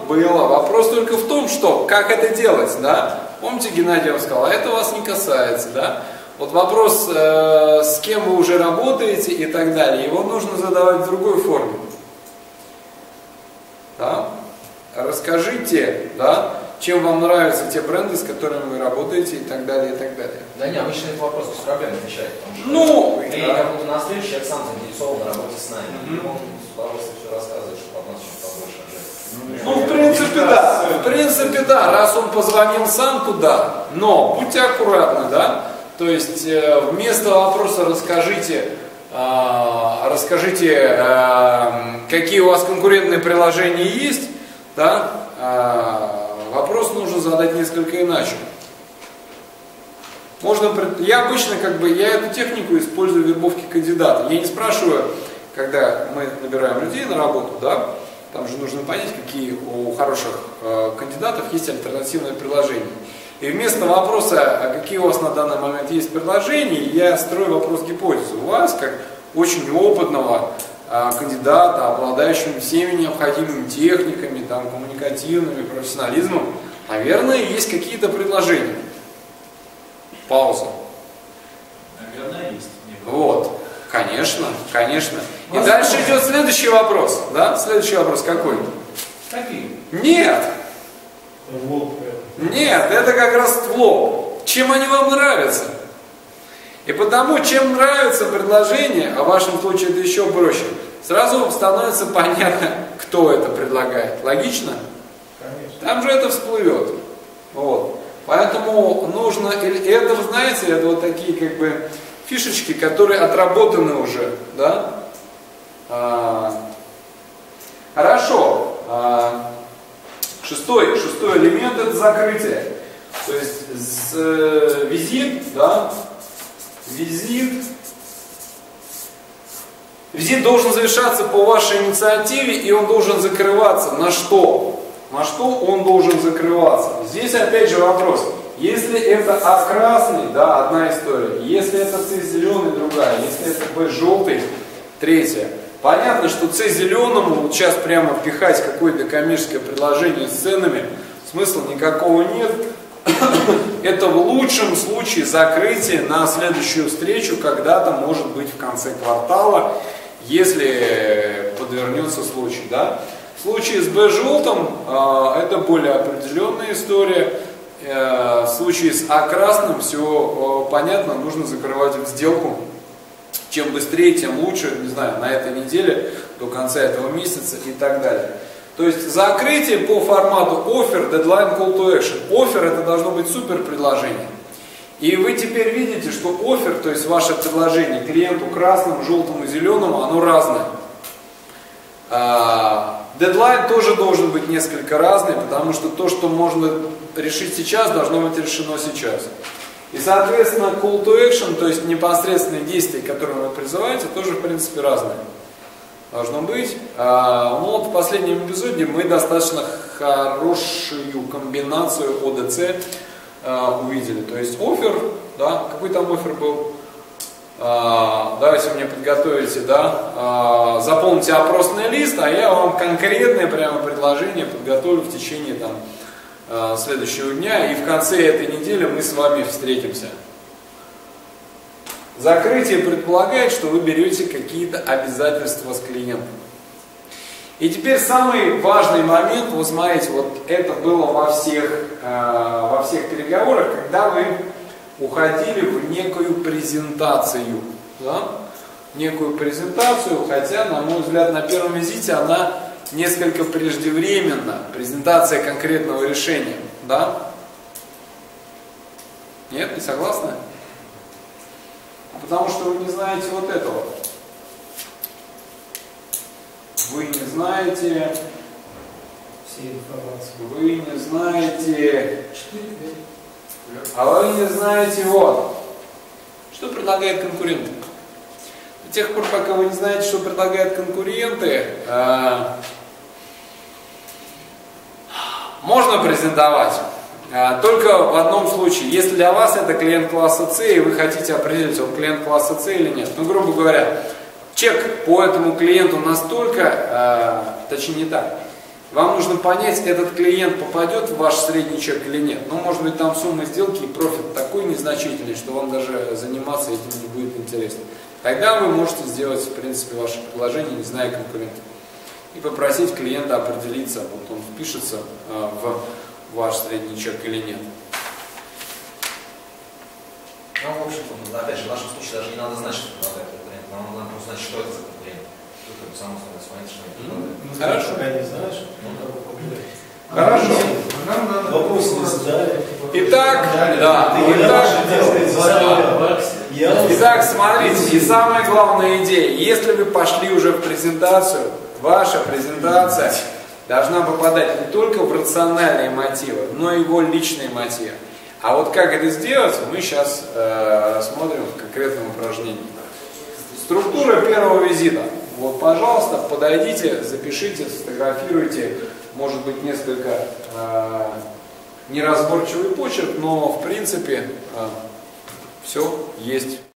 было. Вопрос только в том, что, как это делать, да? Помните, Геннадий вам сказал, а это вас не касается, да? Вот вопрос, с кем вы уже работаете и так далее, его нужно задавать в другой форме. Да? Расскажите, да, чем вам нравятся те бренды, с которыми вы работаете и так далее, и так далее. Да не, обычно этот вопрос без проблем отвечает. Ну, и да. как будто на встрече человек сам заинтересован на работе с нами. И он с удовольствием все рассказывает, чтобы от нас чуть побольше ожидать. Ну, в принципе, да. В принципе, да. Раз он позвонил сам туда, но будьте аккуратны, да. То есть, вместо вопроса расскажите, какие у вас конкурентные приложения есть, да, вопрос нужно задать несколько иначе. Я обычно, я эту технику использую в вербовке кандидата. Я не спрашиваю, когда мы набираем людей на работу, да, там же нужно понять, какие у хороших кандидатов есть альтернативные приложения. И вместо вопроса, какие у вас на данный момент есть предложения, я строю вопрос-гипотезу. У вас, как очень опытного кандидата, обладающего всеми необходимыми техниками, там, коммуникативными, профессионализмом, наверное, есть какие-то предложения. Пауза. Наверное, есть. Вот. Конечно, конечно. И дальше идет следующий вопрос. Да? Следующий вопрос какой? Какие? Нет. Нет, это как раз в лоб. Чем они вам нравятся? И потому, чем нравится предложение, а в вашем случае это еще проще, сразу становится понятно, кто это предлагает. Логично? Конечно. Там же это всплывет. Вот. Поэтому нужно, это, вы знаете, это вот такие фишечки, которые отработаны уже. Да? Хорошо. Шестой элемент — это закрытие. То есть визит, да, визит должен завершаться по вашей инициативе, и он должен закрываться на что? На что он должен закрываться? Здесь опять же вопрос. Если это А красный, да, одна история. Если это С зеленый, другая. Если это Б желтый, третья. Понятно, что С зеленому вот сейчас прямо впихать какое-то коммерческое предложение с ценами смысла никакого нет. Это в лучшем случае закрытие на следующую встречу, когда-то, может быть, в конце квартала, если подвернется случай. Да? В случае с Б желтым это более определенная история. В случае с А красным все понятно, нужно закрывать сделку. Чем быстрее, тем лучше, не знаю, на этой неделе, до конца этого месяца и так далее. То есть закрытие по формату offer, deadline, call to action. Offer — это должно быть супер предложение. И вы теперь видите, что offer, то есть ваше предложение клиенту красному, желтому, зеленому, оно разное. Дедлайн тоже должен быть несколько разный, потому что то, что можно решить сейчас, должно быть решено сейчас. И, соответственно, call to action, то есть непосредственные действия, которые вы призываете, тоже, в принципе, разные. Должно быть. Но вот в последнем эпизоде мы достаточно хорошую комбинацию ОДЦ увидели. То есть оффер, да, какой там оффер был? Давайте мне подготовите, да, заполните опросный лист, а я вам конкретное прямо предложение подготовлю в течение следующего дня, и в конце этой недели мы с вами встретимся. Закрытие предполагает, что вы берете какие-то обязательства с клиентом. И теперь самый важный момент, вот смотрите, вот это было во всех переговорах, когда вы уходили в некую презентацию. Да? Некую презентацию, хотя, на мой взгляд, на первом визите она несколько преждевременна. Презентация конкретного решения. Да? Нет, не согласны? Потому что вы не знаете вот этого. Вы не знаете... Все информации. Вы не знаете... А вы не знаете вот. Что предлагают конкуренты? До тех пор, пока вы не знаете, что предлагают конкуренты, можно презентовать. Только в одном случае, если для вас это клиент класса С, и вы хотите определить, он клиент класса С или нет. Ну, грубо говоря, чек по этому клиенту настолько, точнее не так. Вам нужно понять, этот клиент попадет в ваш средний чек или нет. Ну, может быть, там сумма сделки и профит такой незначительный, что вам даже заниматься этим не будет интересно. Тогда вы можете сделать, в принципе, ваше предложение, не зная конкурентов. И попросить клиента определиться, вот он впишется в ваш средний чек или нет. Ну, в общем-то, опять же, в нашем случае даже не надо знать, что предлагает конкурент. Нам надо просто знать, что это за конкурент. Тут как бы само собой смотреть, что это предлагает. Хорошо. Пока не знаешь, ну, как бы погулять. Хорошо. Нам надо вопросы не задали. Итак, да. Итак, смотрите, и самая главная идея, если вы пошли уже в презентацию, ваша презентация должна попадать не только в рациональные мотивы, но и его личные мотивы. А вот как это сделать, мы сейчас рассмотрим в конкретном упражнении. Структура первого визита. Вот, пожалуйста, подойдите, запишите, сфотографируйте, может быть, несколько неразборчивый почерк, но в принципе все есть.